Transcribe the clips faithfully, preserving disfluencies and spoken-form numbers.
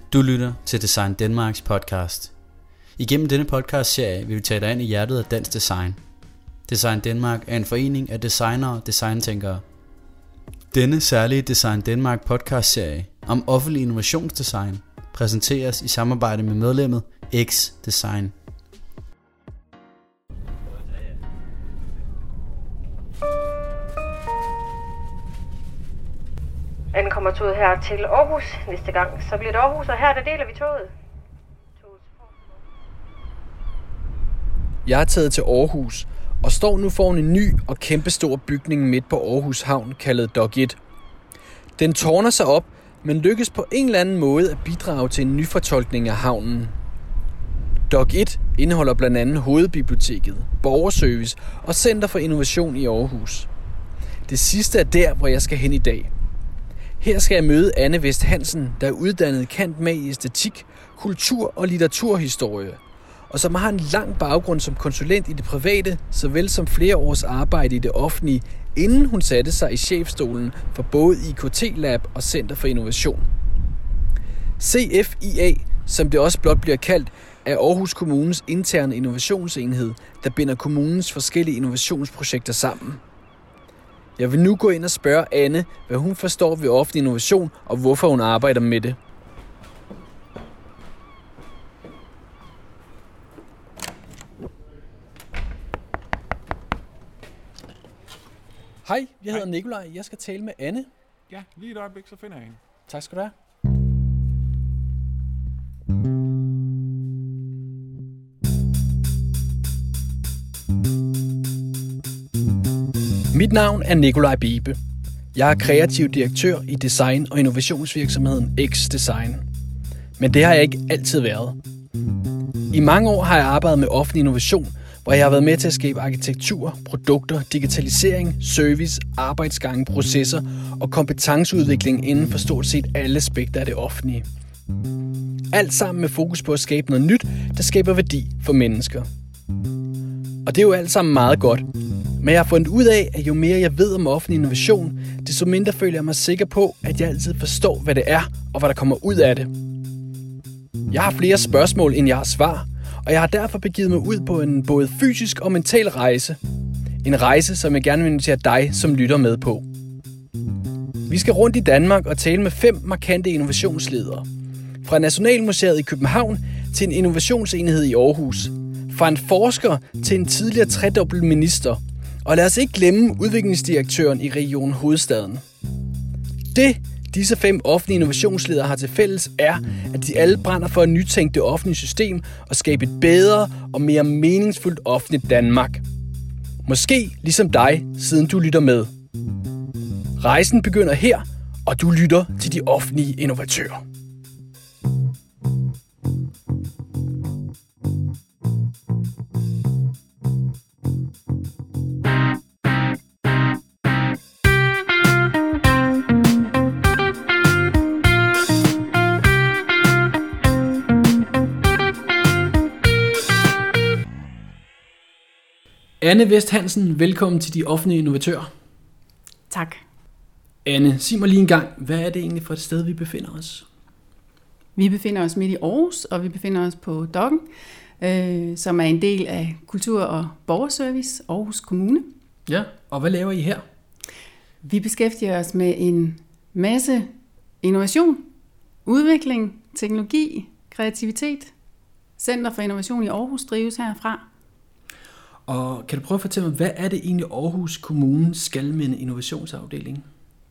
Du lytter til Design Denmarks podcast. Igennem denne podcast-serie vil vi tage dig ind i hjertet af dansk design. Design Denmark er en forening af designere og designtænkere. Denne særlige Design Denmark podcast-serie om offentlig innovationsdesign præsenteres i samarbejde med medlemmet X Design. Ankommer toget her til Aarhus næste gang, så bliver det Aarhus, og her der deler vi toget. Jeg er taget til Aarhus og står nu foran en ny og kæmpestor bygning midt på Aarhus Havn, kaldet Dock et. Den tårner sig op, men lykkes på en eller anden måde at bidrage til en nyfortolkning af havnen. Dock et indeholder blandt andet Hovedbiblioteket, Borgerservice og Center for Innovation i Aarhus. Det sidste er der, hvor jeg skal hen i dag. Her skal jeg møde Anne Vest Hansen, der er uddannet cand. mag. i æstetik, kultur og litteraturhistorie, og som har en lang baggrund som konsulent i det private, såvel som flere års arbejde i det offentlige, inden hun satte sig i chefstolen for både I K T Lab og Center for Innovation. C F I A, som det også blot bliver kaldt, er Aarhus Kommunes interne innovationsenhed, der binder kommunens forskellige innovationsprojekter sammen. Jeg vil nu gå ind og spørge Anne, hvad hun forstår ved offentlig innovation, og hvorfor hun arbejder med det. Hej, jeg hedder Nikolaj. Jeg skal tale med Anne. Ja, lige et øjeblik, så finder jeg hende. Tak skal du have. Mit navn er Nikolaj Bibe. Jeg er kreativ direktør i design- og innovationsvirksomheden X Design. Men det har jeg ikke altid været. I mange år har jeg arbejdet med offentlig innovation, hvor jeg har været med til at skabe arkitektur, produkter, digitalisering, service, arbejdsgange, processer og kompetenceudvikling inden for stort set alle aspekter af det offentlige. Alt sammen med fokus på at skabe noget nyt, der skaber værdi for mennesker. Og det er jo alt sammen meget godt. Men jeg har fundet ud af, at jo mere jeg ved om offentlig innovation, desto mindre føler jeg mig sikker på, at jeg altid forstår, hvad det er og hvad der kommer ud af det. Jeg har flere spørgsmål, end jeg har svar, og jeg har derfor begivet mig ud på en både fysisk og mental rejse. En rejse, som jeg gerne vil invitere dig som lytter med på. Vi skal rundt i Danmark og tale med fem markante innovationsledere. Fra Nationalmuseet i København til en innovationsenhed i Aarhus. Fra en forsker til en tidligere tredobbelt minister. Og lad os ikke glemme udviklingsdirektøren i Region Hovedstaden. Det, disse fem offentlige innovationsledere har til fælles, er, at de alle brænder for at nytænke det offentlige system og skabe et bedre og mere meningsfuldt offentligt Danmark. Måske ligesom dig, siden du lytter med. Rejsen begynder her, og du lytter til de offentlige innovatører. Anne Vest Hansen, velkommen til de offentlige innovatører. Tak. Anne, sig mig lige en gang, hvad er det egentlig for et sted, vi befinder os? Vi befinder os midt i Aarhus, og vi befinder os på Docken, øh, som er en del af Kultur- og Borgerservice, Aarhus Kommune. Ja, og hvad laver I her? Vi beskæftiger os med en masse innovation, udvikling, teknologi, kreativitet. Center for Innovation i Aarhus drives herfra. Og kan du prøve at fortælle mig, hvad er det egentlig Aarhus Kommune skal med en innovationsafdeling?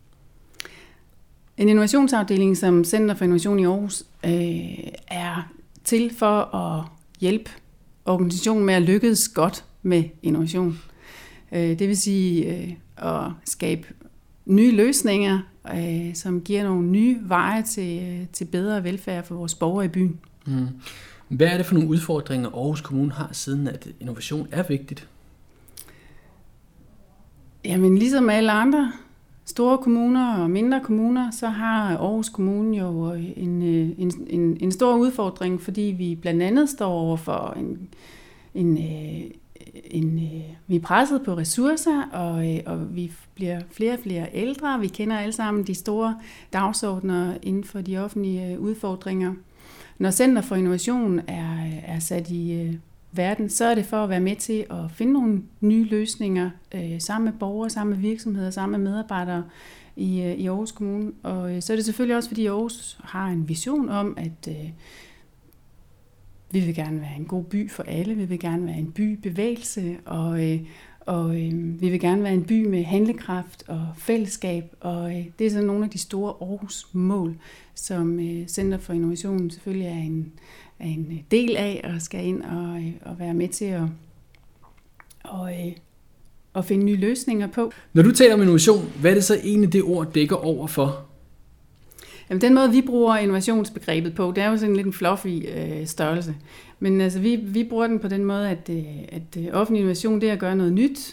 En innovationsafdeling som Center for Innovation i Aarhus øh, er til for at hjælpe organisationen med at lykkes godt med innovation. Øh, det vil sige øh, at skabe nye løsninger, øh, som giver nogle nye veje til, øh, til bedre velfærd for vores borgere i byen. Mm. Hvad er det for nogle udfordringer, Aarhus Kommune har, siden at innovation er vigtigt? Jamen, ligesom alle andre store kommuner og mindre kommuner, så har Aarhus Kommune jo en, en, en, en stor udfordring, fordi vi blandt andet står over for en, en, en, øh, vi er presset på ressourcer, og, øh, og vi bliver flere og flere ældre. Vi kender alle sammen de store dagsordner inden for de offentlige øh, udfordringer. Når Center for Innovation er, er sat i øh, verden, så er det for at være med til at finde nogle nye løsninger øh, sammen med borgere, sammen med virksomheder, sammen med medarbejdere i, øh, i Aarhus Kommune. Og øh, så er det selvfølgelig også, fordi Aarhus har en vision om, at øh, vi vil gerne være en god by for alle, vi vil gerne være en bybevægelse, og, øh, og øh, vi vil gerne være en by med handlekraft og fællesskab, og øh, det er sådan nogle af de store Aarhus-mål, som øh, Center for Innovation selvfølgelig er en, er en del af, og skal ind og, øh, og være med til at, og, øh, at finde nye løsninger på. Når du taler om innovation, hvad er det så egentlig det ord dækker over for? Jamen, den måde, vi bruger innovationsbegrebet på, det er jo sådan lidt en fluffy øh, størrelse. Men altså, vi, vi bruger den på den måde, at, øh, at øh, offentlig innovation, det er at gøre noget nyt,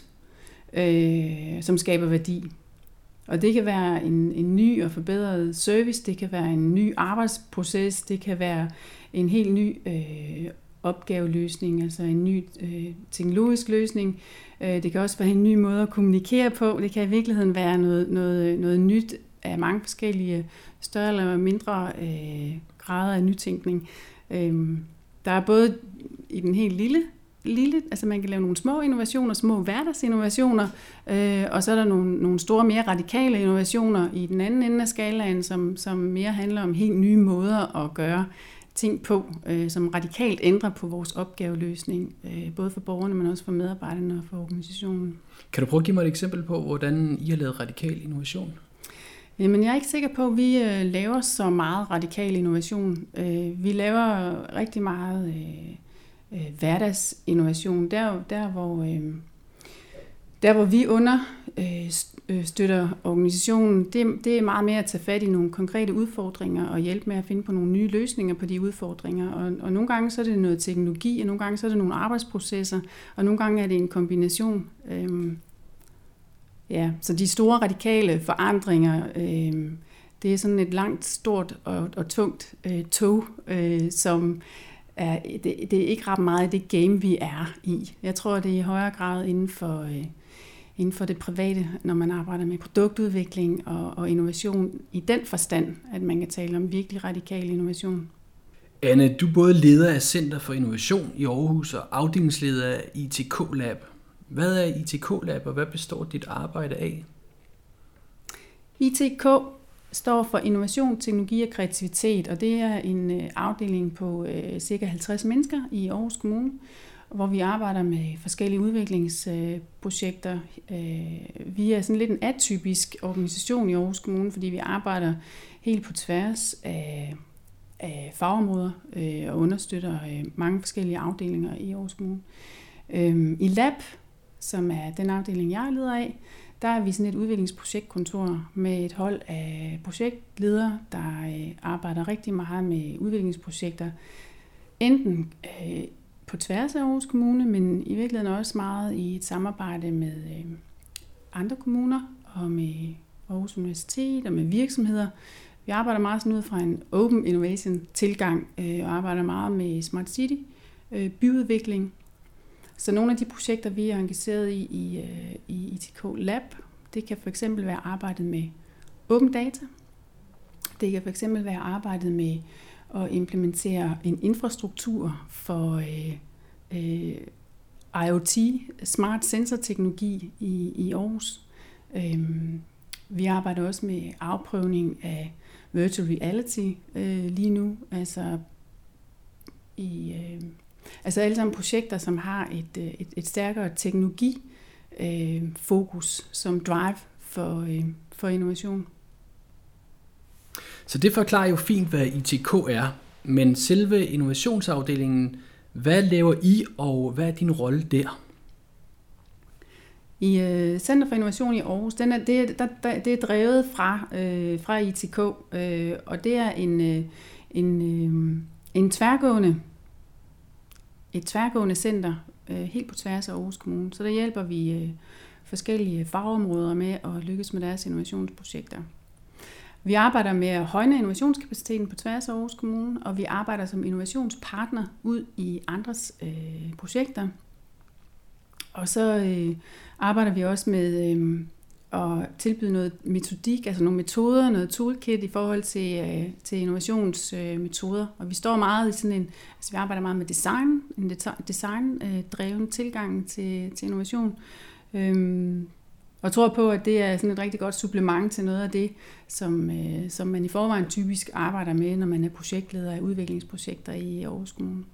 øh, som skaber værdi. Og det kan være en, en ny og forbedret service, det kan være en ny arbejdsproces, det kan være en helt ny øh, opgaveløsning, altså en ny øh, teknologisk løsning. Øh, det kan også være en ny måde at kommunikere på. Det kan i virkeligheden være noget, noget, noget nyt af mange forskellige større eller mindre øh, grader af nytænkning. Øh, der er både i den helt lille, lille, altså man kan lave nogle små innovationer, små hverdagsinnovationer, øh, og så er der nogle, nogle store, mere radikale innovationer i den anden ende af skalaen, som, som mere handler om helt nye måder at gøre ting på, øh, som radikalt ændrer på vores opgaveløsning, øh, både for borgerne, men også for medarbejderne og for organisationen. Kan du prøve at give mig et eksempel på, hvordan I har lavet radikal innovation? Jamen, jeg er ikke sikker på, at vi øh, laver så meget radikal innovation. Øh, vi laver rigtig meget øh, øh, hverdagsinnovation. Der, der, hvor, øh, der, hvor vi understøtter organisationen, det, det er meget mere at tage fat i nogle konkrete udfordringer og hjælpe med at finde på nogle nye løsninger på de udfordringer. Og, og nogle gange så er det noget teknologi, og nogle gange så er det nogle arbejdsprocesser, og nogle gange er det en kombination. Øh, Ja, så de store radikale forandringer, øh, det er sådan et langt, stort og, og tungt øh, tog, øh, som er, det, det er ikke ret meget det game, vi er i. Jeg tror, det er i højere grad inden for, øh, inden for det private, når man arbejder med produktudvikling og, og innovation i den forstand, at man kan tale om virkelig radikal innovation. Anne, du er både leder af Center for Innovation i Aarhus og afdelingsleder af I T K Lab. Hvad er I T K Lab, og hvad består dit arbejde af? I T K står for Innovation, Teknologi og Kreativitet, og det er en afdeling på øh, cirka halvtreds mennesker i Aarhus Kommune, hvor vi arbejder med forskellige udviklingsprojekter. Øh, vi er sådan lidt en atypisk organisation i Aarhus Kommune, fordi vi arbejder helt på tværs af, af fagområder øh, og understøtter øh, mange forskellige afdelinger i Aarhus Kommune. Øh, I Lab, som er den afdeling, jeg er leder af, der er vi sådan et udviklingsprojektkontor med et hold af projektledere, der øh, arbejder rigtig meget med udviklingsprojekter, enten øh, på tværs af Aarhus Kommune, men i virkeligheden også meget i et samarbejde med øh, andre kommuner og med Aarhus Universitet og med virksomheder. Vi arbejder meget sådan ud fra en open innovation tilgang øh, og arbejder meget med Smart City, øh, byudvikling. Så nogle af de projekter, vi er engageret i i, i I T K Lab, det kan for eksempel være arbejdet med open data. Det kan for eksempel være arbejdet med at implementere en infrastruktur for øh, øh, IoT, smart sensor-teknologi i, i Aarhus. Øhm, vi arbejder også med afprøvning af virtual reality øh, lige nu, altså i... Øh, Altså alle sammen projekter, som har et, et, et stærkere teknologifokus øh, som drive for, øh, for innovation. Så det forklarer jo fint, hvad I T K er, men selve innovationsafdelingen, hvad laver I, og hvad er din rolle der? I øh, Center for Innovation i Aarhus, den er, det, der, der, det er drevet fra, øh, fra I T K, øh, og det er en, øh, en, øh, en tværgående et tværgående center øh, helt på tværs af Aarhus Kommune. Så der hjælper vi øh, forskellige fagområder med at lykkes med deres innovationsprojekter. Vi arbejder med at højne innovationskapaciteten på tværs af Aarhus Kommune, og vi arbejder som innovationspartner ud i andres øh, projekter. Og så øh, arbejder vi også med øh, at tilbyde noget metodik, altså nogle metoder, noget toolkit i forhold til, øh, til innovationsmetoder. Øh, og vi står meget i sådan en, altså vi arbejder meget med design, en design-dreven øh, tilgang til, til innovation. Øhm, og tror på, at det er sådan et rigtig godt supplement til noget af det, som, øh, som man i forvejen typisk arbejder med, når man er projektleder af udviklingsprojekter i Aarhus Kommune.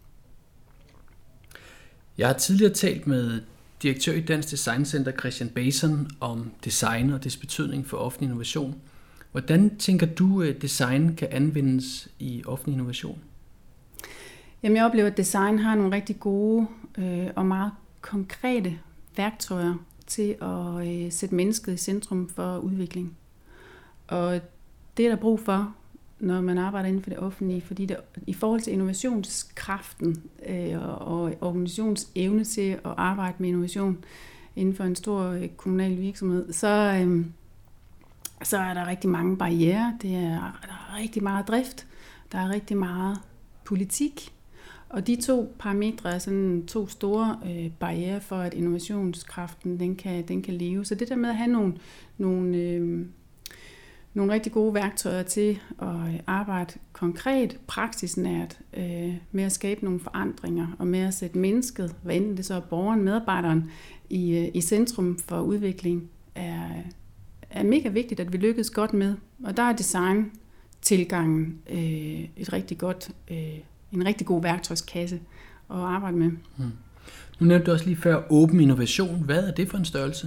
Jeg har tidligere talt med direktør i Dansk Design Center Christian Bason om design og dets betydning for offentlig innovation. Hvordan tænker du, at design kan anvendes i offentlig innovation? Jamen, jeg oplever, at design har nogle rigtig gode øh, og meget konkrete værktøjer til at øh, sætte mennesket i centrum for udvikling. Og det er der brug for, når man arbejder inden for det offentlige, fordi der, i forhold til innovationskraften øh, og organisationsevne til at arbejde med innovation inden for en stor øh, kommunal virksomhed, så, øh, så er der rigtig mange barrierer. Det er, der er rigtig meget drift, der er rigtig meget politik, og de to parametre er sådan to store øh, barrierer for, at innovationskraften den kan, den kan leve. Så det der med at have nogle, nogle øh, Nogle rigtig gode værktøjer til at arbejde konkret, praksisnært, øh, med at skabe nogle forandringer og med at sætte mennesket, hvad enten det så er borgeren, medarbejderen, i, øh, i centrum for udvikling, er, er mega vigtigt, at vi lykkes godt med. Og der er design-tilgangen øh, et rigtig godt, øh, en rigtig god værktøjskasse at arbejde med. Hmm. Nu nævnte du også lige før åben innovation. Hvad er det for en størrelse?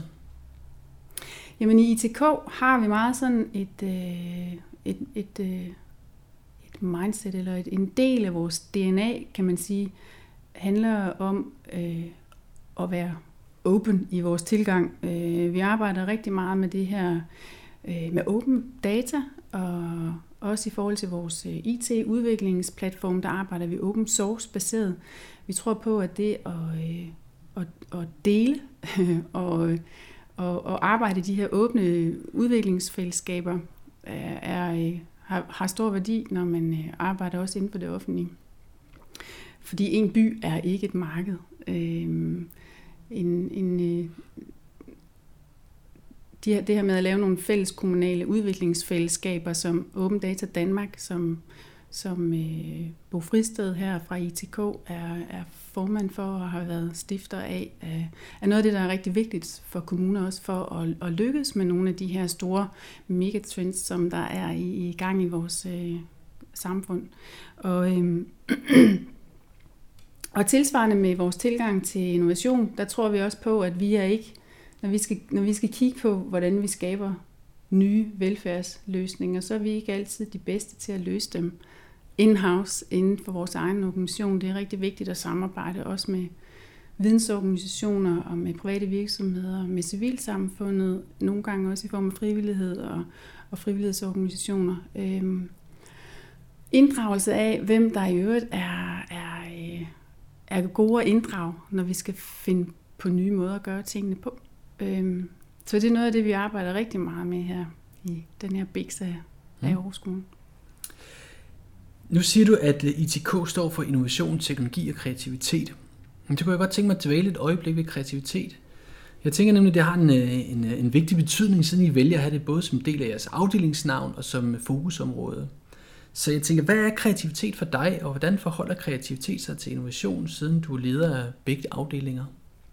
Jamen i I T K har vi meget sådan et, øh, et, et, øh, et mindset, eller et, en del af vores D N A, kan man sige, handler om øh, at være open i vores tilgang. Øh, vi arbejder rigtig meget med det her, øh, med open data, og også i forhold til vores øh, I T-udviklingsplatform, der arbejder vi open source baseret. Vi tror på, at det at, øh, at, at dele og Og, og arbejde i de her åbne udviklingsfællesskaber er, er, har, har stor værdi, når man arbejder også inden for det offentlige. Fordi en by er ikke et marked. Øhm, en, en, de her, det her med at lave nogle fælles kommunale udviklingsfællesskaber som Open Data Danmark, som, som øh, Bo Fristed her fra I T K er, er formand for og har været stifter af, er noget af det, der er rigtig vigtigt for kommuner også for at, at lykkes med nogle af de her store megatrends, som der er i, i gang i vores øh, samfund. Og, øh, og tilsvarende med vores tilgang til innovation, der tror vi også på, at vi er ikke, når vi skal, når vi skal kigge på, hvordan vi skaber nye velfærdsløsninger, så er vi ikke altid de bedste til at løse dem in-house inden for vores egen organisation. Det er rigtig vigtigt at samarbejde også med vidensorganisationer og med private virksomheder, med civilsamfundet, nogle gange også i form af frivillighed og, og frivillighedsorganisationer. Øhm, inddragelse af, hvem der i øvrigt er, er, er gode at inddrage, når vi skal finde på nye måder at gøre tingene på. Øhm, så det er noget af det, vi arbejder rigtig meget med her i den her biks af, af Aarhus Kommune. Nu siger du, at I T K står for innovation, teknologi og kreativitet. Men det kunne jeg godt tænke mig at dvæle et øjeblik ved kreativitet. Jeg tænker nemlig, at det har en, en, en vigtig betydning, siden I vælger at have det både som del af jeres afdelingsnavn og som fokusområde. Så jeg tænker, hvad er kreativitet for dig, og hvordan forholder kreativitet sig til innovation, siden du er leder af begge afdelinger?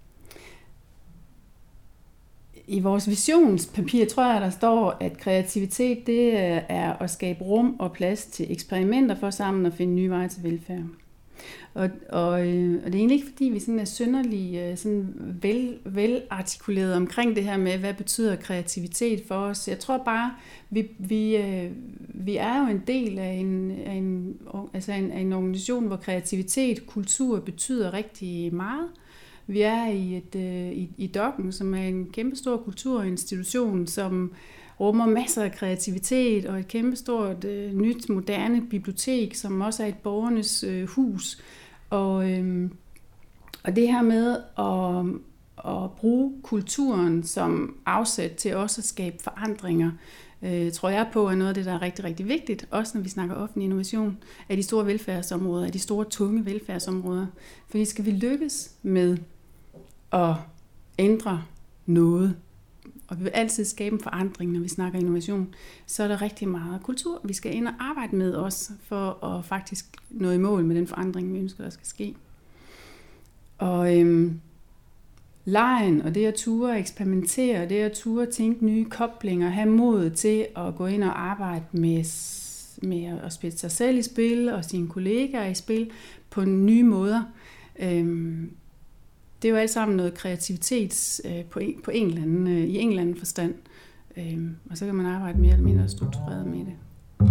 I vores visionspapir tror jeg, der står, at kreativitet det er at skabe rum og plads til eksperimenter for sammen at finde nye veje til velfærd. Og, og, og det er egentlig ikke, fordi vi sådan er synderligt sådan vel, velartikuleret omkring det her med, hvad betyder kreativitet for os. Jeg tror bare, vi, vi, vi er jo en del af en, af, en, altså en, af en organisation, hvor kreativitet, kultur betyder rigtig meget. Vi er i, et, i, i Dokken, som er en kæmpestor kulturinstitution, som rummer masser af kreativitet og et kæmpestort øh, nyt, moderne bibliotek, som også er et borgernes øh, hus. Og, øh, og det her med at, at bruge kulturen som afsæt til også at skabe forandringer, øh, tror jeg på er noget af det, der er rigtig, rigtig vigtigt, også når vi snakker offentlig innovation, af de store velfærdsområder, af de store, tunge velfærdsområder. Fordi skal vi lykkes med at ændre noget, og vi vil altid skabe en forandring, når vi snakker innovation, så er der rigtig meget kultur, vi skal ind og arbejde med os, for at faktisk nå i mål med den forandring, vi ønsker, der skal ske. Og øhm, lejen og det at ture eksperimentere, det at ture tænke nye koblinger, have mod til at gå ind og arbejde med, med at spille sig selv i spil og sine kollegaer i spil på nye måder. Øhm, det er jo alt sammen noget kreativitet øh, på, en, på en eller anden, øh, i en eller anden forstand. Øhm, og så kan man arbejde mere eller mindre struktureret med det.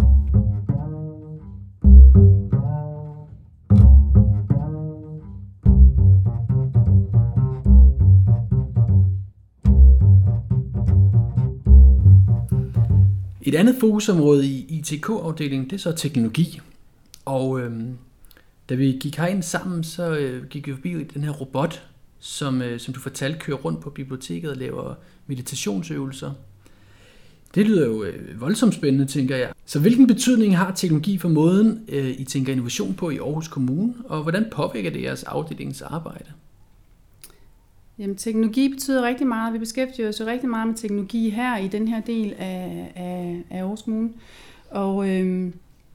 Et andet fokusområde i I T K-afdelingen, det er så teknologi. Og øhm, da vi gik herind sammen, så øh, gik vi forbi den her robot, som, øh, som du fortalte, kører rundt på biblioteket og laver meditationsøvelser. Det lyder jo øh, voldsomt spændende, tænker jeg. Så hvilken betydning har teknologi for måden, øh, I tænker innovation på i Aarhus Kommune, og hvordan påvirker det jeres afdelingens arbejde? Jamen, teknologi betyder rigtig meget. Vi beskæftiger os jo rigtig meget med teknologi her i den her del af, af, af Aarhus Kommune. Og øhm,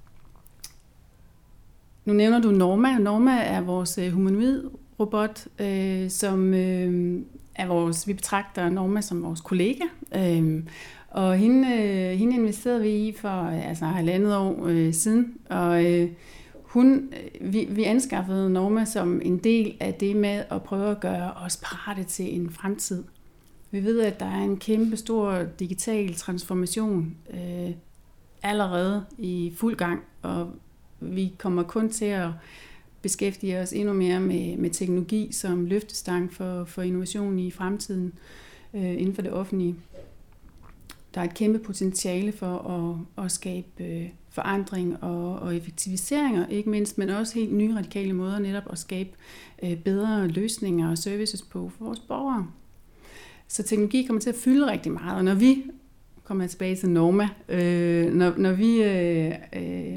nu nævner du Norma. Norma er vores humanoid-robot, øh, som øh, er vores, vi betragter Norma som vores kollega. Øh, og hende, øh, hende investerede vi i for altså halvandet år øh, siden. Og øh, Hun, vi, vi anskaffede Norma som en del af det med at prøve at gøre os parate til en fremtid. Vi ved, at der er en kæmpe stor digital transformation øh, allerede i fuld gang, og vi kommer kun til at beskæftige os endnu mere med, med teknologi som løftestang for, for innovation i fremtiden øh, inden for det offentlige. Der er et kæmpe potentiale for at, at skabe øh, forandring og, og effektiviseringer, ikke mindst, men også helt nye radikale måder netop at skabe øh, bedre løsninger og services på for vores borgere. Så teknologi kommer til at fylde rigtig meget, og når vi kommer tilbage til Norma, øh, når, når vi øh, øh,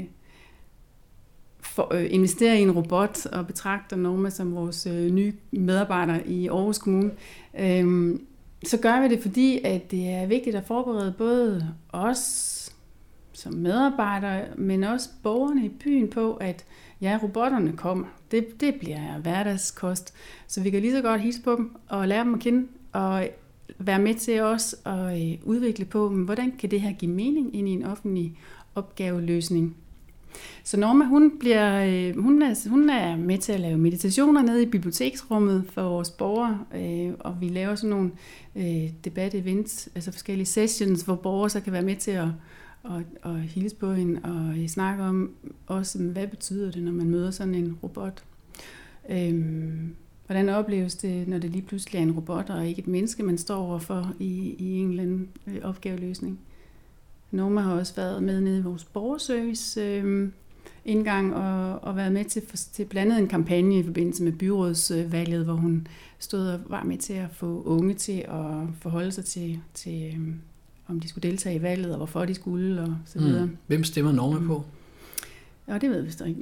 for, øh, investerer i en robot og betragter Norma som vores øh, nye medarbejdere i Aarhus Kommune, øh, så gør vi det, fordi at det er vigtigt at forberede både os som medarbejdere, men også borgerne i byen på, at ja, robotterne kommer. Det, det bliver hverdagskost. Så vi kan lige så godt hilse på dem og lære dem at kende, og være med til også at udvikle på, hvordan kan det her give mening ind i en offentlig opgaveløsning. Så Norma, hun, bliver, hun, er, hun er med til at lave meditationer nede i biblioteksrummet for vores borgere, øh, og vi laver sådan nogle øh, debat-events, altså forskellige sessions, hvor borgere så kan være med til at, at, at hilse på hende og snakke om også, hvad betyder det, når man møder sådan en robot. Øh, hvordan opleves det, når det lige pludselig er en robot og ikke et menneske, man står overfor i, i en eller anden opgaveløsning. Norma har også været med nede i vores borgerservice øh, indgang og, og været med til, til blandt andet en kampagne i forbindelse med byrådsvalget, hvor hun stod og var med til at få unge til at forholde sig til, til øh, om de skulle deltage i valget, og hvorfor de skulle, og så videre. Mm. Hvem stemmer Norma på? Ja, det ved vi ikke.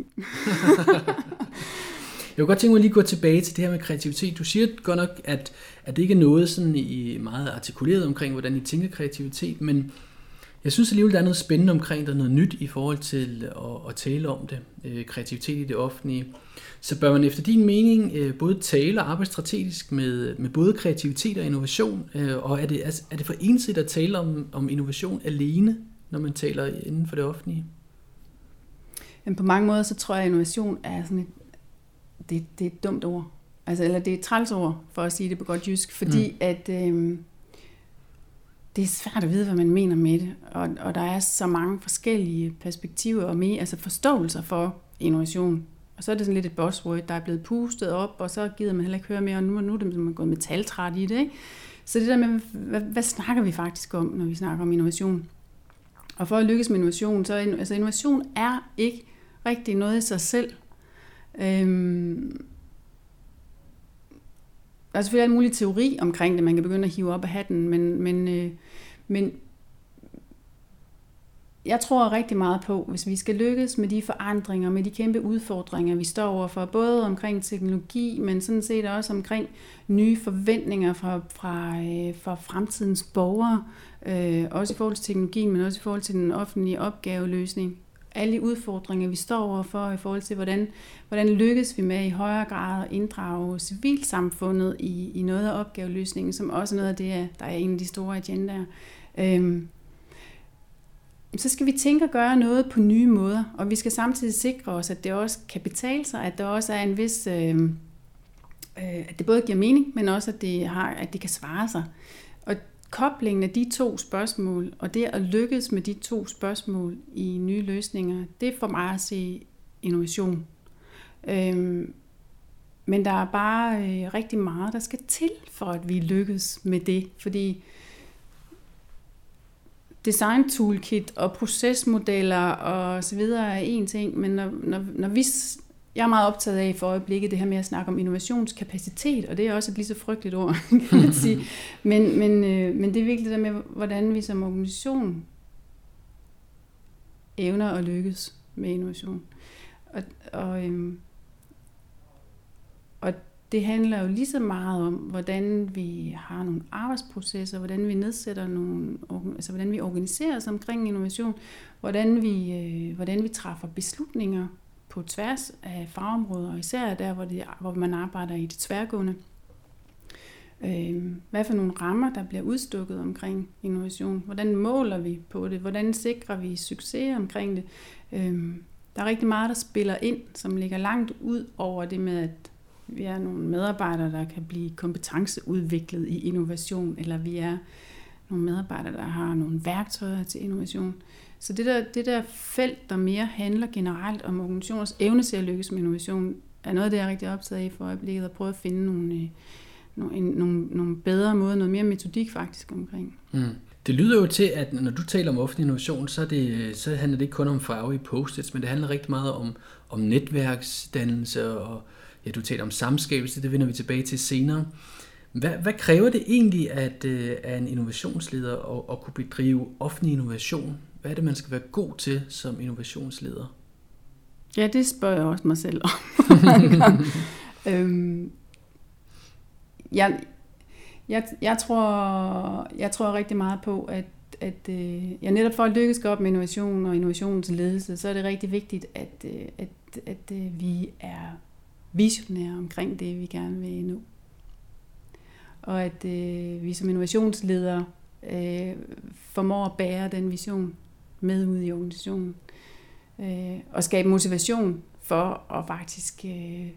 Jeg kunne godt tænke mig lige at gå tilbage til det her med kreativitet. Du siger godt nok, at, at det ikke er noget sådan i meget artikuleret omkring, hvordan I tænker kreativitet, men jeg synes alligevel, der er noget spændende omkring, der er noget nyt i forhold til at, at tale om det, øh, kreativitet i det offentlige. Så bør man efter din mening øh, både tale og arbejde strategisk med, med både kreativitet og innovation, øh, og er det, altså, er det for ensidigt at tale om, om innovation alene, når man taler inden for det offentlige? Jamen, på mange måder, så tror jeg, at innovation er sådan et, det, det er et dumt ord. Altså, eller det er et trælsord, for at sige det på godt jysk, fordi mm. at øh, det er svært at vide, hvad man mener med det, og, og der er så mange forskellige perspektiver og med, altså forståelser for innovation. Og så er det sådan lidt et buzzword, der er blevet pustet op, og så gider man heller ikke høre mere, og nu, nu er det gået metaltræt i det, ikke? Så det der med, hvad, hvad snakker vi faktisk om, når vi snakker om innovation? Og for at lykkes med innovation, så er altså innovation er ikke rigtig noget i sig selv. Øhm, Der er selvfølgelig en mulig teori omkring det, man kan begynde at hive op af hatten, men, men, øh, men jeg tror rigtig meget på, hvis vi skal lykkes med de forandringer, med de kæmpe udfordringer, vi står overfor, både omkring teknologi, men sådan set også omkring nye forventninger fra, fra, øh, fra fremtidens borgere, øh, også i forhold til teknologien, men også i forhold til den offentlige opgaveløsning. Alle de udfordringer, vi står overfor i forhold til, hvordan, hvordan lykkes vi med i højere grad at inddrage civilsamfundet i, i noget af opgaveløsningen, som også noget af det, der er en af de store agendaer. Øhm, så skal vi tænke at gøre noget på nye måder, og vi skal samtidig sikre os, at det også kan betale sig, at der også er en vis, øh, øh, at det både giver mening, men også at det, har, at det kan svare sig. Og koblingen af de to spørgsmål, og det at lykkes med de to spørgsmål i nye løsninger, det er for mig at se innovation. Øhm, men der er bare øh, rigtig meget, der skal til, for at vi lykkes med det, fordi design toolkit og procesmodeller og så videre er en ting, men når, når, når vi, jeg er meget optaget af for øjeblikket det her med at snakke om innovationskapacitet, og det er også et lige så frygteligt ord, kan man sige. Men, men, øh, men det er virkelig det der med, hvordan vi som organisation evner at lykkes med innovation. Og, og, øhm, og det handler jo lige så meget om, hvordan vi har nogle arbejdsprocesser, hvordan vi nedsætter nogle, altså hvordan vi organiserer os omkring innovation, hvordan vi, øh, hvordan vi træffer beslutninger på tværs af fagområder, og især der, hvor, det, hvor man arbejder i det tværgående. Øh, hvad for nogle rammer, der bliver udstukket omkring innovation? Hvordan måler vi på det? Hvordan sikrer vi succes omkring det? Øh, der er rigtig meget, der spiller ind, som ligger langt ud over det med, at vi er nogle medarbejdere, der kan blive kompetenceudviklet i innovation, eller vi er nogle medarbejdere, der har nogle værktøjer til innovation. Så det der, det der felt, der mere handler generelt om organisationers evne til at lykkes med innovation, er noget, det jeg er rigtig optaget af for øjeblikket, at prøve at finde nogle, nogle, nogle, nogle bedre måder, noget mere metodik faktisk omkring. Mm. Det lyder jo til, at når du taler om offentlig innovation, så, er det, så handler det ikke kun om farve i post-its, men det handler rigtig meget om, om netværksdannelse, og ja, du taler om samskabelse, det vender vi tilbage til senere. Hvad, hvad kræver det egentlig at, af en innovationsleder at, at kunne bedrive offentlig innovation? Hvad er det, man skal være god til som innovationsleder? Ja, det spørger jeg også mig selv om. øhm, jeg, jeg, jeg, tror, jeg tror rigtig meget på, at, at øh, jeg netop for at lykkes godt med innovation og innovationsledelse, så er det rigtig vigtigt, at, øh, at, at øh, vi er visionære omkring det, vi gerne vil nå. Og at øh, vi som innovationsledere øh, formår at bære den vision med ud i organisationen. Øh, og skabe motivation for at faktisk øh,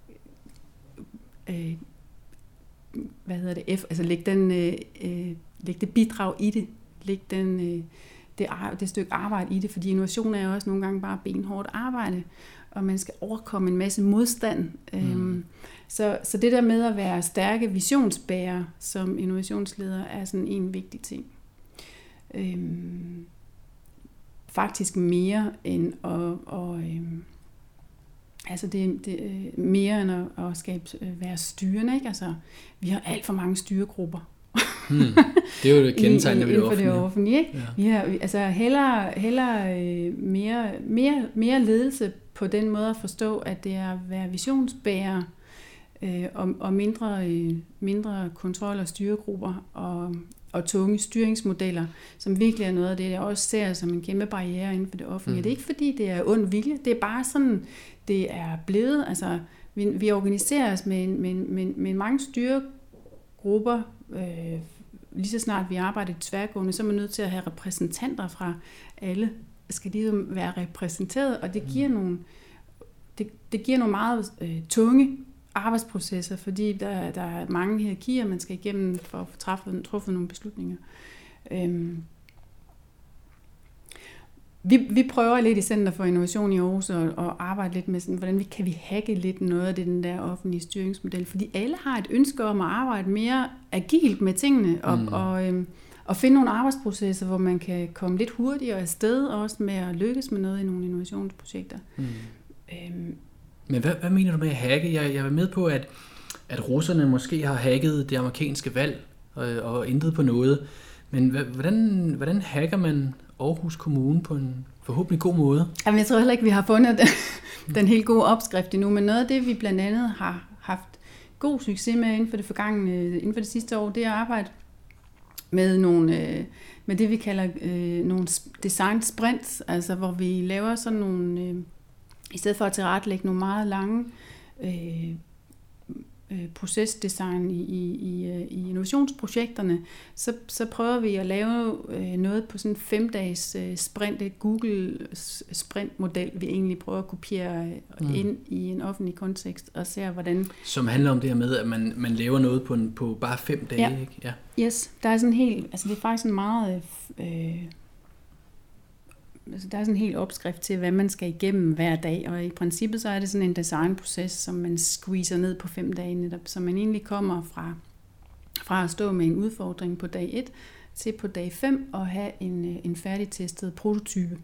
øh, hvad hedder det, F, altså lægge, den, øh, lægge det bidrag i det, lægge den, øh, det, det stykke arbejde i det, fordi innovation er jo også nogle gange bare benhårdt arbejde, og man skal overkomme en masse modstand. Mm. Øhm, så, så det der med at være stærke visionsbærere som innovationsleder er sådan en vigtig ting. Øhm, faktisk mere end at, og, øhm, altså det, det, mere end at, at skabe, være styrende. Ikke? Altså, vi har alt for mange styregrupper. Hmm. Det er jo det kendetegn, ved det offentlige. Det offentlige ikke? Ja. Vi har altså hellere, hellere øh, mere, mere, mere ledelse på den måde at forstå, at det er at være visionsbærer øh, og, og mindre, øh, mindre kontrol- og styregrupper og, og tunge styringsmodeller, som virkelig er noget af det, jeg også ser som en kæmpe barriere inden for det offentlige. Mm. Det er ikke fordi, det er ond vilje, det er bare sådan, det er blevet. Altså, vi, vi organiserer os med, med, med, med mange styregrupper. Øh, lige så snart vi arbejder i tværgående, så er man nødt til at have repræsentanter fra alle, skal de være repræsenteret, og det giver nogle, det, det giver nogle meget øh, tunge arbejdsprocesser, fordi der, der er mange hierarkier, man skal igennem for at træffe, træffe nogle beslutninger. Øhm. Vi, vi prøver lidt i Center for Innovation i Aarhus at, at arbejde lidt med, sådan, hvordan vi, kan vi hacke lidt noget af det, den der offentlige styringsmodel, fordi alle har et ønske om at arbejde mere agilt med tingene, og, mm. og, øhm, og finde nogle arbejdsprocesser, hvor man kan komme lidt hurtigere afsted, også med at lykkes med noget i nogle innovationsprojekter. Mm. Øhm. Men hvad, hvad mener du med at hacke? Jeg, jeg er med på, at, at russerne måske har hacket det amerikanske valg og, og ændret på noget. Men hvordan, hvordan hacker man Aarhus Kommune på en forhåbentlig god måde? Jamen, jeg tror heller ikke, vi har fundet den, den helt gode opskrift endnu, men noget af det, vi blandt andet har haft god succes med inden for det forgangne, inden for det sidste år, det er at arbejde med nogle, med det, vi kalder nogle design sprints, altså hvor vi laver sådan nogle, i stedet for at tilrettelægge nogle meget lange øh, procesdesign i, i, i innovationsprojekterne, så, så prøver vi at lave noget på sådan en femdages sprint, et Google sprintmodel, vi egentlig prøver at kopiere mm. ind i en offentlig kontekst og ser, hvordan... Som handler om det her med, at man, man laver noget på, en, på bare fem dage, ja. Ikke? Ja. Yes, der er sådan helt, altså det er faktisk en meget... Øh, altså der er sådan en helt opskrift til, hvad man skal igennem hver dag, og i princippet så er det sådan en designproces, som man squeezer ned på fem dage netop, så man egentlig kommer fra, fra at stå med en udfordring på dag et til på dag fem og have en, en færdigtestet prototype.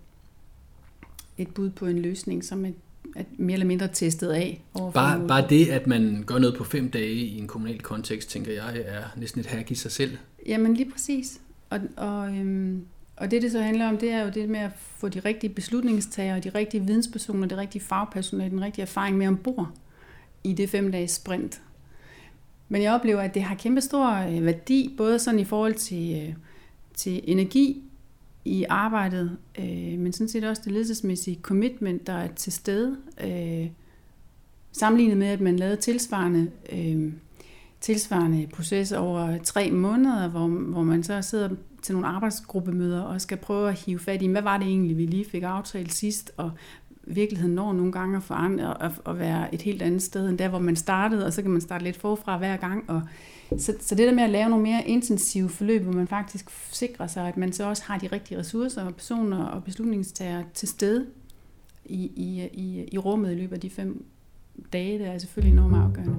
Et bud på en løsning, som er, er mere eller mindre testet af. Bare, bare det, at man gør noget på fem dage i en kommunal kontekst, tænker jeg, er næsten et hack i sig selv. Jamen lige præcis. Og, og øhm, Og det, det så handler om, det er jo det med at få de rigtige beslutningstagere, de rigtige videnspersoner, det rigtige fagpersonale, den rigtige erfaring med ombord i det fem-dages sprint. Men jeg oplever, at det har kæmpe stor værdi, både sådan i forhold til, til energi i arbejdet, øh, men sådan set også det ledelsesmæssige commitment, der er til stede, øh, sammenlignet med, at man lavede tilsvarende øh, tilsvarende proces over tre måneder, hvor, hvor man så sidder til nogle arbejdsgruppemøder og skal prøve at hive fat i, hvad var det egentlig, vi lige fik aftalt sidst, og virkeligheden når nogle gange at forandre og, og være et helt andet sted end der, hvor man startede, og så kan man starte lidt forfra hver gang. Og så, så det der med at lave nogle mere intensive forløb, hvor man faktisk sikrer sig, at man så også har de rigtige ressourcer og personer og beslutningstagere til stede i, i, i, i rummet i løbet af de fem dage, det er selvfølgelig enormt afgørende.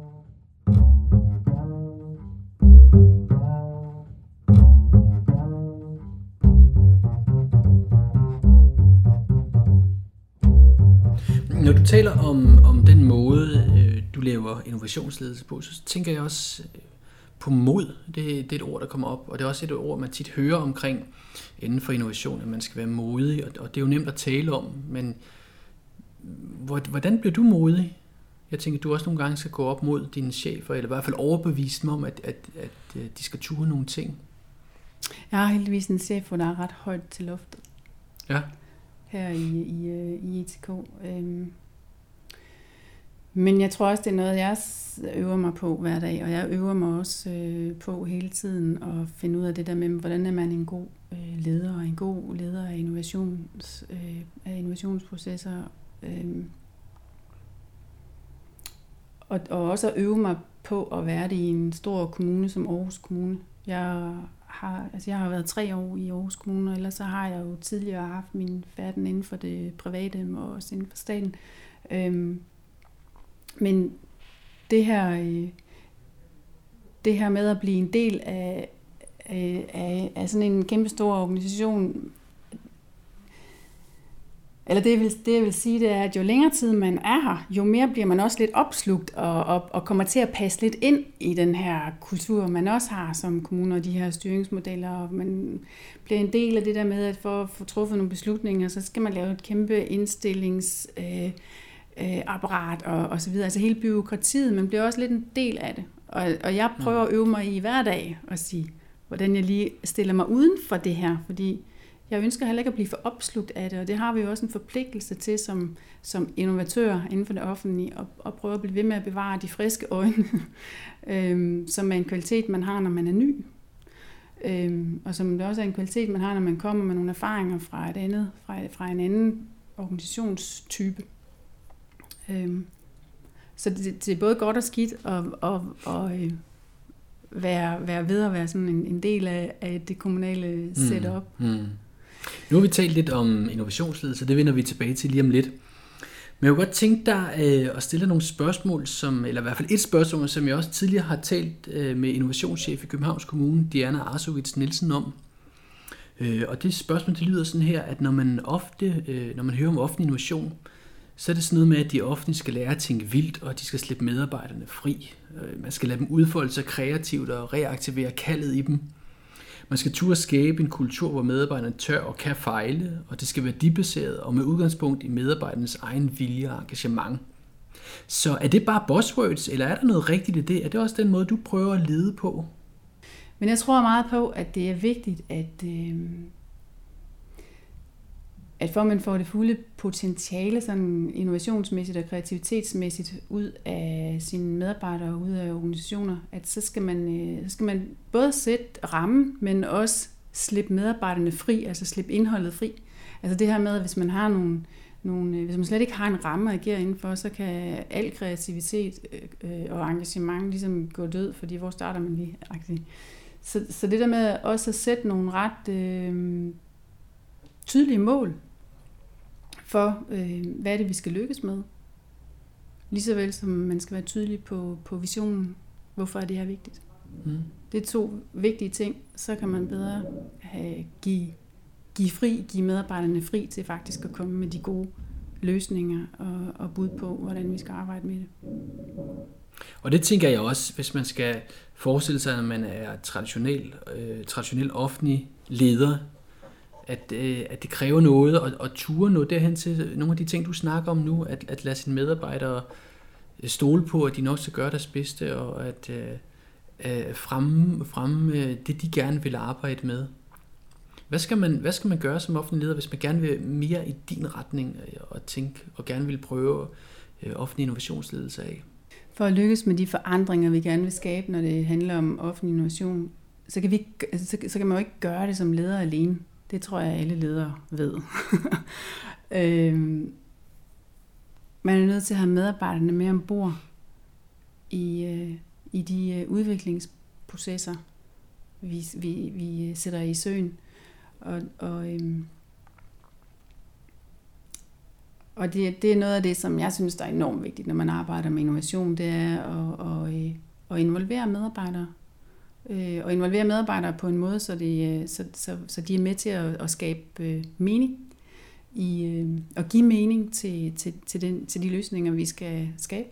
Når du taler om, om den måde, øh, du laver innovationsledelse på, så tænker jeg også øh, på mod. Det, det er et ord, der kommer op, og det er også et ord, man tit hører omkring inden for innovation, at man skal være modig, og, og det er jo nemt at tale om, men hvordan bliver du modig? Jeg tænker, du også nogle gange skal gå op mod dine chefer, eller i hvert fald overbevise dem om, at, at, at, at de skal ture nogle ting. Jeg har heldigvis en chef, der er ret højt til loftet. Ja. Her i, i, i E T K. Øhm. Men jeg tror også, det er noget, jeg øver mig på hver dag, og jeg øver mig også øh, på hele tiden at finde ud af det der med, hvordan er man en god øh, leder, og en god leder af, innovations, øh, af innovationsprocesser. Øh. Og, og også at øve mig på at være det i en stor kommune som Aarhus Kommune. Jeg har, altså jeg har været tre år i Aarhus Kommune, og ellers så har jeg jo tidligere haft min færden inden for det private og også inden for staten. Øhm, men det her, det her med at blive en del af, af, af sådan en kæmpe stor organisation, eller det jeg, vil, det jeg vil sige, det er, at jo længere tid man er her, jo mere bliver man også lidt opslugt og, og, og kommer til at passe lidt ind i den her kultur, man også har som kommune, og de her styringsmodeller, og man bliver en del af det der med, at for at få truffet nogle beslutninger, så skal man lave et kæmpe indstillingsapparat øh, øh, og, og så videre. Altså hele byråkratiet, man bliver også lidt en del af det. Og, og jeg prøver at øve mig i hver dag og sige, hvordan jeg lige stiller mig uden for det her, fordi jeg ønsker heller ikke at blive for opslugt af det, og det har vi jo også en forpligtelse til som, som innovatør inden for det offentlige, og, og prøve at blive ved med at bevare de friske øjne, øhm, som er en kvalitet, man har, når man er ny, øhm, og som det også er en kvalitet, man har, når man kommer med nogle erfaringer fra, et andet, fra, fra en anden organisationstype. Øhm, så det, det er både godt og skidt at og, og, øh, være, være ved at være sådan en, en del af, af det kommunale setup. Mm, mm. Nu har vi talt lidt om innovationsledelse, det vender vi tilbage til lige om lidt. Men jeg kunne godt tænke dig øh, at stille nogle spørgsmål, som, eller i hvert fald et spørgsmål, som jeg også tidligere har talt øh, med innovationschef i Københavns Kommune, Diana Arsovitz Nielsen, om. Øh, og det spørgsmål, det lyder sådan her, at når man, ofte, øh, når man hører om offentlig innovation, så er det sådan noget med, at de offentlige skal lære at tænke vildt, og de skal slippe medarbejderne fri. Man skal lade dem udfolde sig kreativt og reaktivere kaldet i dem. Man skal turde skabe en kultur, hvor medarbejderne tør og kan fejle, og det skal være værdibaseret og med udgangspunkt i medarbejdernes egen vilje og engagement. Så er det bare buzzwords, eller er der noget rigtigt i det? Er det også den måde, du prøver at lede på? Men jeg tror meget på, at det er vigtigt, at, øh, at for man får det fulde potentiale sådan innovationsmæssigt og kreativitetsmæssigt ud af sine medarbejdere og ud af organisationer, at så skal man, øh, så skal man både sætte rammen, men også slippe medarbejderne fri, altså slippe indholdet fri. Altså det her med, at hvis man har nogle, nogle hvis man slet ikke har en ramme at agere indenfor, så kan al kreativitet øh, og engagement ligesom gå død, fordi hvor starter man lige? Så, så det der med også at sætte nogle ret øh, tydelige mål for, øh, hvad er det, vi skal lykkes med. Ligesåvel som man skal være tydelig på, på visionen. Hvorfor er det her vigtigt? Mm. Det er to vigtige ting. Så kan man bedre have, give, give fri, give medarbejderne fri til faktisk at komme med de gode løsninger og, og bud på, hvordan vi skal arbejde med det. Og det tænker jeg også, hvis man skal forestille sig, at man er traditionel, øh, traditionel offentlig leder, at, øh, at det kræver noget, og, og ture noget derhen til nogle af de ting, du snakker om nu, at, at lade sine medarbejdere stole på, at de nok skal gøre deres bedste, og at øh, fremme, fremme det, de gerne vil arbejde med. Hvad skal man, hvad skal man gøre som offentlig leder, hvis man gerne vil mere i din retning og tænke, og gerne vil prøve øh, offentlig innovationsledelse af? For at lykkes med de forandringer, vi gerne vil skabe, når det handler om offentlig innovation, så kan, vi, altså, så, så kan man jo ikke gøre det som leder alene. Det tror jeg, alle ledere ved. øhm, man er nødt til at have medarbejderne med ombord i, øh, i de øh, udviklingsprocesser, vi, vi, vi sætter i søen. Og, og, øhm, og det, det er noget af det, som jeg synes, der er enormt vigtigt, når man arbejder med innovation, det er at, at, at involvere medarbejdere. Og involvere medarbejdere på en måde, så de, så, så, så de er med til at, at skabe mening, i, og give mening til, til, til, den, til de løsninger, vi skal skabe.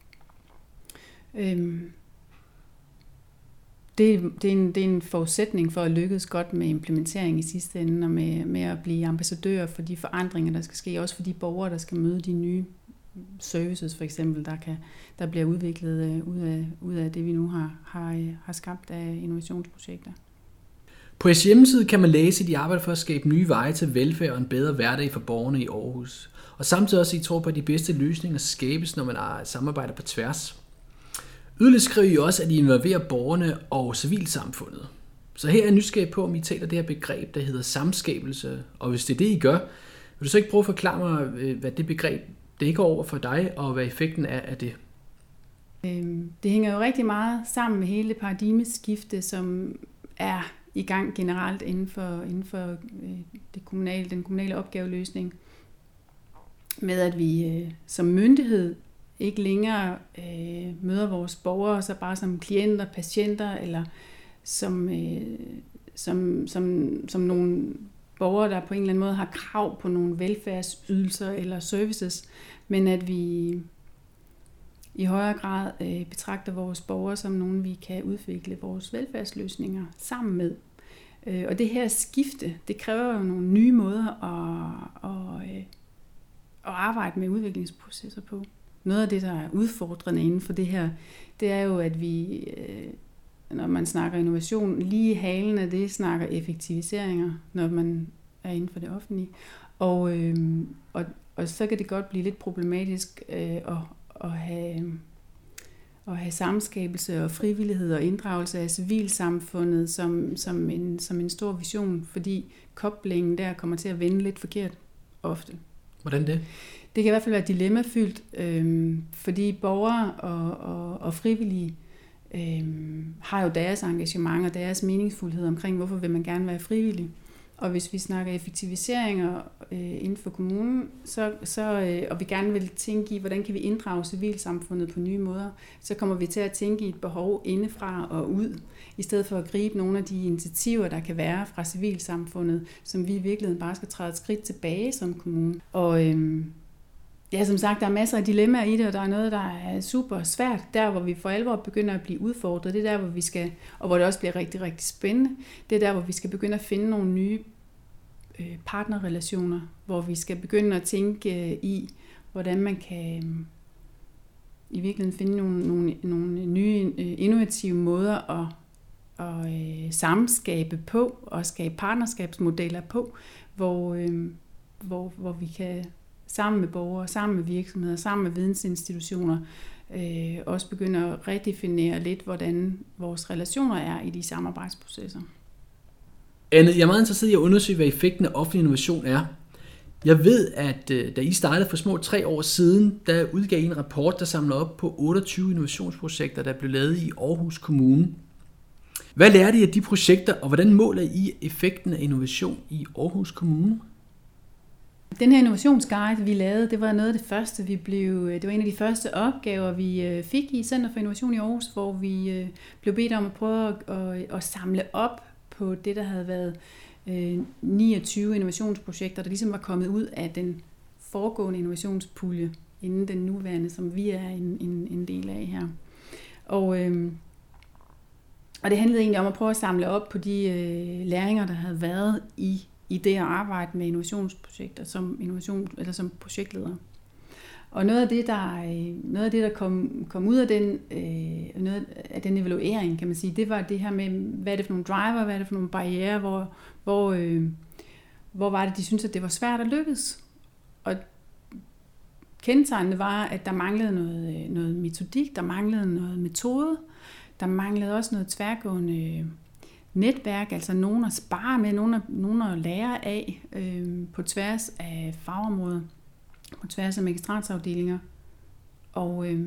Det, det, er en, det er en forudsætning for at lykkes godt med implementering i sidste ende, og med, med at blive ambassadør for de forandringer, der skal ske, også for de borgere, der skal møde de nye services for eksempel, der, kan, der bliver udviklet øh, ud, af, ud af det, vi nu har, har, har skabt af innovationsprojekter. På jeres hjemmeside kan man læse, at I arbejder for at skabe nye veje til velfærd og en bedre hverdag for borgerne i Aarhus. Og samtidig også, at I tror på, at de bedste løsninger skabes, når man samarbejder på tværs. Yderligere skriver I også, at I involverer borgerne og civilsamfundet. Så her er jeg nysgerrig på, om I taler det her begreb, der hedder samskabelse. Og hvis det er det, I gør, vil du så ikke prøve at forklare mig, hvad det begreb dækker over for dig, og hvad effekten er af det? Det hænger jo rigtig meget sammen med hele paradigmeskifte, som er i gang generelt inden for, inden for det kommunale, den kommunale opgaveløsning. Med at vi som myndighed ikke længere øh, møder vores borgere så bare som klienter, patienter, eller som, øh, som, som, som nogle borgere, der på en eller anden måde har krav på nogle velfærdsydelser eller services, men at vi i højere grad øh, betragter vores borgere som nogen, vi kan udvikle vores velfærdsløsninger sammen med. Øh, og det her skifte, det kræver jo nogle nye måder at, at, øh, at arbejde med udviklingsprocesser på. Noget af det, der er udfordrende inden for det her, det er jo, at vi, øh, når man snakker innovation, lige i halen af det snakker effektiviseringer, når man er inden for det offentlige. Og, øh, og, og så kan det godt blive lidt problematisk øh, at, at, have, at have samskabelse og frivillighed og inddragelse af civilsamfundet som, som, en, som en stor vision, fordi koblingen der kommer til at vende lidt forkert ofte. Hvordan det? Det kan i hvert fald være dilemmafyldt, øh, fordi borgere og, og, og frivillige øh, har jo deres engagement og deres meningsfuldhed omkring, hvorfor vil man gerne være frivillig. Og hvis vi snakker effektiviseringer øh, inden for kommunen, så, så, øh, og vi gerne vil tænke i, hvordan kan vi inddrage civilsamfundet på nye måder, så kommer vi til at tænke i et behov indefra og ud, i stedet for at gribe nogle af de initiativer, der kan være fra civilsamfundet, som vi i virkeligheden bare skal træde et skridt tilbage som kommune. Og, øh, Ja, som sagt, der er masser af dilemmaer i det, og der er noget, der er super svært. Der, hvor vi for alvor begynder at blive udfordret, det er der, hvor vi skal, og hvor det også bliver rigtig, rigtig spændende, det er der, hvor vi skal begynde at finde nogle nye øh, partnerrelationer, hvor vi skal begynde at tænke øh, i, hvordan man kan øh, i virkeligheden finde nogle, nogle, nogle nye øh, innovative måder at, at øh, samskabe på, og skabe partnerskabsmodeller på, hvor, øh, hvor, hvor vi kan sammen med borgere, sammen med virksomheder, sammen med vidensinstitutioner, øh, også begynde at redefinere lidt, hvordan vores relationer er i de samarbejdsprocesser. Anne, jeg er meget interesseret i at undersøge, hvad effekten af offentlig innovation er. Jeg ved, at da I startede for små tre år siden, der udgav I en rapport, der samler op på otteogtyve innovationsprojekter, der blev lavet i Aarhus Kommune. Hvad lærte I af de projekter, og hvordan måler I effekten af innovation i Aarhus Kommune? Den her innovationsguide, vi lavede, det var noget af det første, vi blev, det var en af de første opgaver, vi fik i Center for Innovation i Aarhus, hvor vi blev bedt om at prøve at, at, at samle op på det, der havde været niogtyve innovationsprojekter, der ligesom var kommet ud af den foregående innovationspulje, inden den nuværende, som vi er en, en, en del af her. Og, øhm, og det handlede egentlig om at prøve at samle op på de øh, læringer, der havde været i, i det at arbejde med innovationsprojekter som, innovation, eller som projektleder. Og noget af det, der, noget af det, der kom, kom ud af den, øh, noget af den evaluering, kan man sige, det var det her med, hvad er det for nogle driver, hvad er det for nogle barrierer, hvor, hvor, øh, hvor var det, de syntes, at det var svært at lykkes. Og kendetegnende var, at der manglede noget, noget metodik, der manglede noget metode, der manglede også noget tværgående netværk, altså nogen at spare med, nogen at, nogen at lære af øh, på tværs af fagområder, på tværs af magistratsafdelinger. Og øh,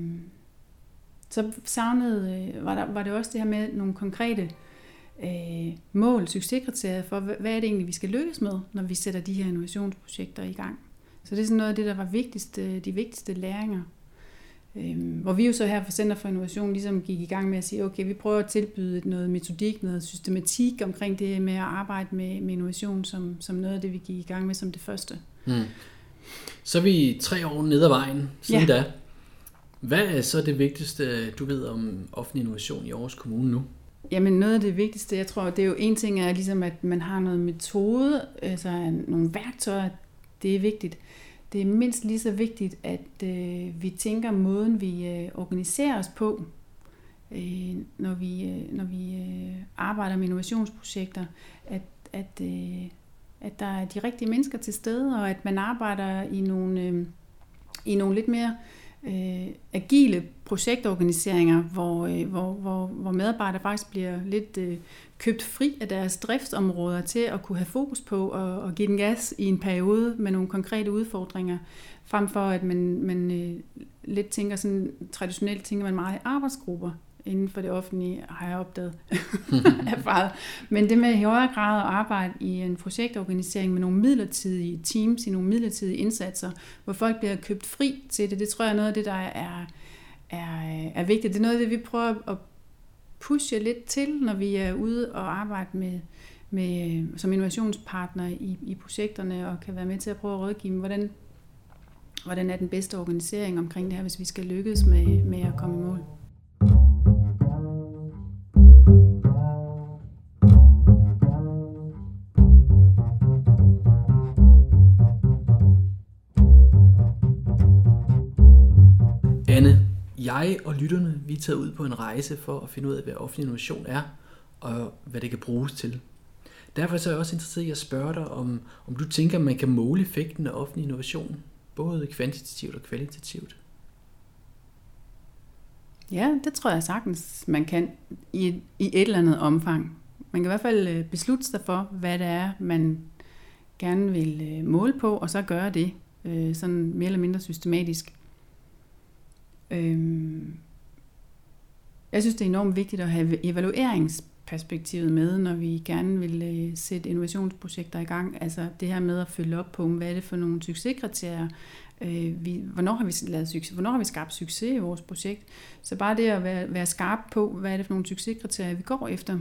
så savnede, var, der, var det også det her med nogle konkrete øh, mål, succeskriterier for, hvad er det egentlig, vi skal lykkes med, når vi sætter de her innovationsprojekter i gang. Så det er sådan noget af det, der var vigtigste, de vigtigste læringer. Øh, hvor vi jo så her for Center for Innovation ligesom gik i gang med at sige, okay, vi prøver at tilbyde noget metodik, noget systematik omkring det med at arbejde med, med innovation som, som noget af det, vi gik i gang med som det første. Hmm. Så er vi tre år ned ad vejen siden ja. da. Hvad er så det vigtigste, du ved om offentlig innovation i Aarhus Kommune nu? Jamen noget af det vigtigste, jeg tror, det er jo en ting er ligesom, at man har noget metode, altså nogle værktøjer, det er vigtigt. Det er mindst lige så vigtigt, at øh, vi tænker måden, vi øh, organiserer os på, øh, når vi, øh, når vi øh, arbejder med innovationsprojekter, at, at øh, at der er de rigtige mennesker til stede, og at man arbejder i nogle, øh, i nogle lidt mere øh, agile projektorganiseringer, hvor, øh, hvor, hvor, hvor medarbejdere faktisk bliver lidt øh, købt fri af deres driftsområder til at kunne have fokus på og, og give den gas i en periode med nogle konkrete udfordringer, frem for at man, man øh, lidt tænker sådan, traditionelt tænker man meget i arbejdsgrupper, inden for det offentlige, har jeg opdaget erfaret. Men det med i højere grad at arbejde i en projektorganisering med nogle midlertidige teams, i nogle midlertidige indsatser, hvor folk bliver købt fri til det, det tror jeg er noget af det, der er, er, er vigtigt. Det er noget af det, vi prøver at pushe lidt til, når vi er ude og arbejde med, med, som innovationspartner i, i projekterne, og kan være med til at prøve at rådgive dem, hvordan, hvordan er den bedste organisering omkring det her, hvis vi skal lykkes med, med at komme i mål. Anne, jeg og lytterne, vi er taget ud på en rejse for at finde ud af, hvad offentlig innovation er, og hvad det kan bruges til. Derfor så er jeg også interesseret i at spørge dig, om, om du tænker, at man kan måle effekten af offentlig innovation, både kvantitativt og kvalitativt. Ja, det tror jeg sagtens, man kan i et, i et eller andet omfang. Man kan i hvert fald beslutte sig for, hvad det er, man gerne vil måle på, og så gøre det sådan mere eller mindre systematisk. Jeg synes, det er enormt vigtigt at have evalueringsperspektivet med, når vi gerne vil sætte innovationsprojekter i gang. Altså det her med at følge op på, hvad er det for nogle succeskriterier, vi, hvornår har vi lavet succes, hvornår har vi skabt succes i vores projekt. Så bare det at være, være skarp på, hvad er det for nogle succeskriterier, vi går efter,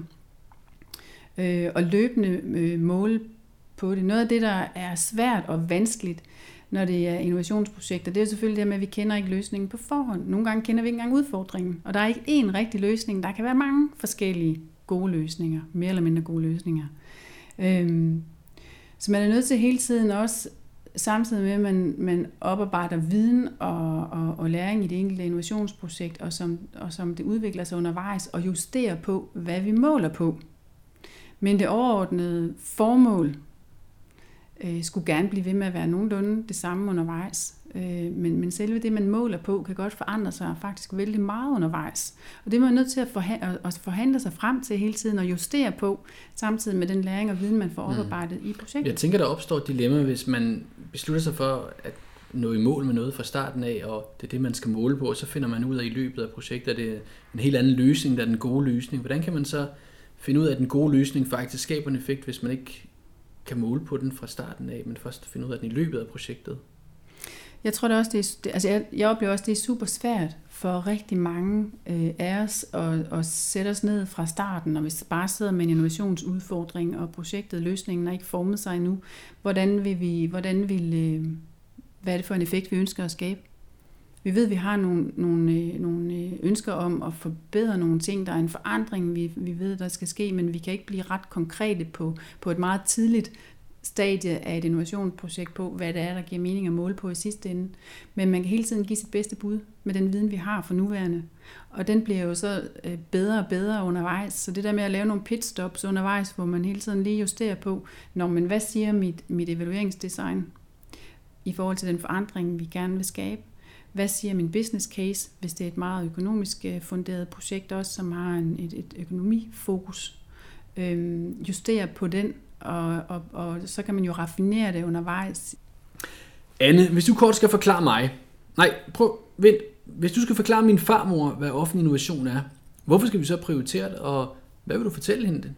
og løbende måle på det. Noget af det, der er svært og vanskeligt, når det er innovationsprojekter. Det er selvfølgelig det med, at vi kender ikke løsningen på forhånd. Nogle gange kender vi ikke engang udfordringen, og der er ikke én rigtig løsning. Der kan være mange forskellige gode løsninger, mere eller mindre gode løsninger. Øhm, så man er nødt til hele tiden også, samtidig med, at man, man oparbejder viden og, og, og læring i det enkelte innovationsprojekt, og som, og som det udvikler sig undervejs, og justerer på, hvad vi måler på. Men det overordnede formål øh, skulle gerne blive ved med at være nogenlunde det samme undervejs. Øh, men, men selve det, man måler på, kan godt forandre sig faktisk vældig meget undervejs. Og det er man nødt til at forhandle, at forhandle sig frem til hele tiden, og justere på, samtidig med den læring og viden, man får oparbejdet mm. i projektet. Jeg tænker, der opstår et dilemma, hvis man beslutter sig for at nå i mål med noget fra starten af, og det er det, man skal måle på, og så finder man ud af i løbet af projektet, at det er en helt anden løsning, der er den gode løsning. Hvordan kan man så finde ud af, at den gode løsning faktisk skaber en effekt, hvis man ikke kan måle på den fra starten af, men først finde ud af den i løbet af projektet? Jeg tror det også, det er, altså jeg, jeg oplever også, det er super svært for rigtig mange øh, af os at, at sætte os ned fra starten, og hvis det bare sidder med en innovationsudfordring, og projektet, løsningen er ikke formet sig endnu, hvordan vil vi, hvordan vil, øh, hvad er det for en effekt, vi ønsker at skabe? Vi ved, at vi har nogle, nogle, nogle ønsker om at forbedre nogle ting. Der er en forandring, vi, vi ved, der skal ske, men vi kan ikke blive ret konkrete på, på et meget tidligt stadie af et innovationsprojekt på, hvad det er, der giver mening at måle på i sidste ende. Men man kan hele tiden give sit bedste bud med den viden, vi har for nuværende. Og den bliver jo så bedre og bedre undervejs. Så det der med at lave nogle pitstops undervejs, hvor man hele tiden lige justerer på, når man hvad siger mit, mit evalueringsdesign i forhold til den forandring, vi gerne vil skabe? Hvad siger min business case, hvis det er et meget økonomisk funderet projekt også, som har en, et, et økonomifokus? Øhm, justere på den, og, og, og så kan man jo raffinere det undervejs. Anne, hvis du kort skal forklare mig, nej, prøv, vent, hvis du skal forklare min farmor, hvad offentlig innovation er, hvorfor skal vi så prioritere det, og hvad vil du fortælle hende det?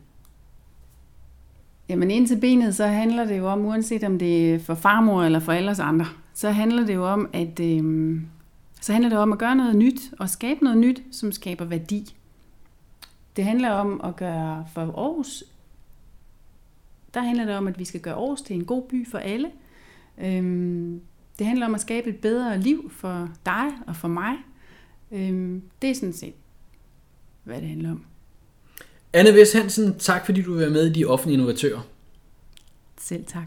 Jamen ind til benet, så handler det jo om, uanset om det er for farmor eller for alle os andre, så handler det jo om, at øh, så handler det om at gøre noget nyt, og skabe noget nyt, som skaber værdi. Det handler om at gøre for Aarhus, der handler det om, at vi skal gøre Aarhus til en god by for alle. Øhm, det handler om at skabe et bedre liv for dig og for mig. Øhm, det er sådan set, hvad det handler om. Anne Vest Hansen, tak fordi du vil være med i De Offentlige Innovatører. Selv tak.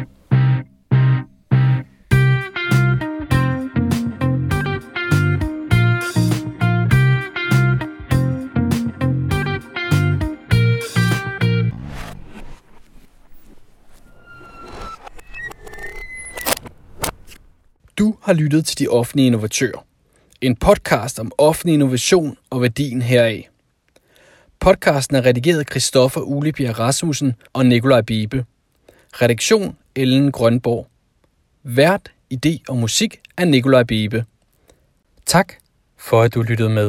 Du har lyttet til De Offentlige Innovatører. En podcast om offentlig innovation og værdien heraf. Podcasten er redigeret af Christoffer Ulebjerg Rasmussen og Nikolaj Bibe. Redaktion Ellen Grønborg. Vært, idé og musik af Nikolaj Bibe. Tak for at du lyttede med.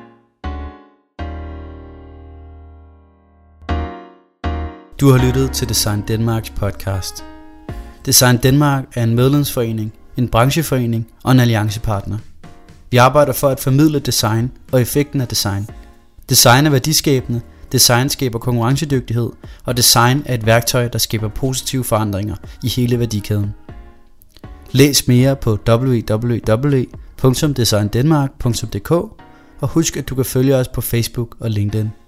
Du har lyttet til Design Denmarks podcast. Design Denmark er en medlemsforening, en brancheforening og en alliancepartner. Vi arbejder for at formidle design og effekten af design. Design er værdiskabende, design skaber konkurrencedygtighed, og design er et værktøj, der skaber positive forandringer i hele værdikæden. Læs mere på w w w punktum design denmark punktum d k og husk, at du kan følge os på Facebook og LinkedIn.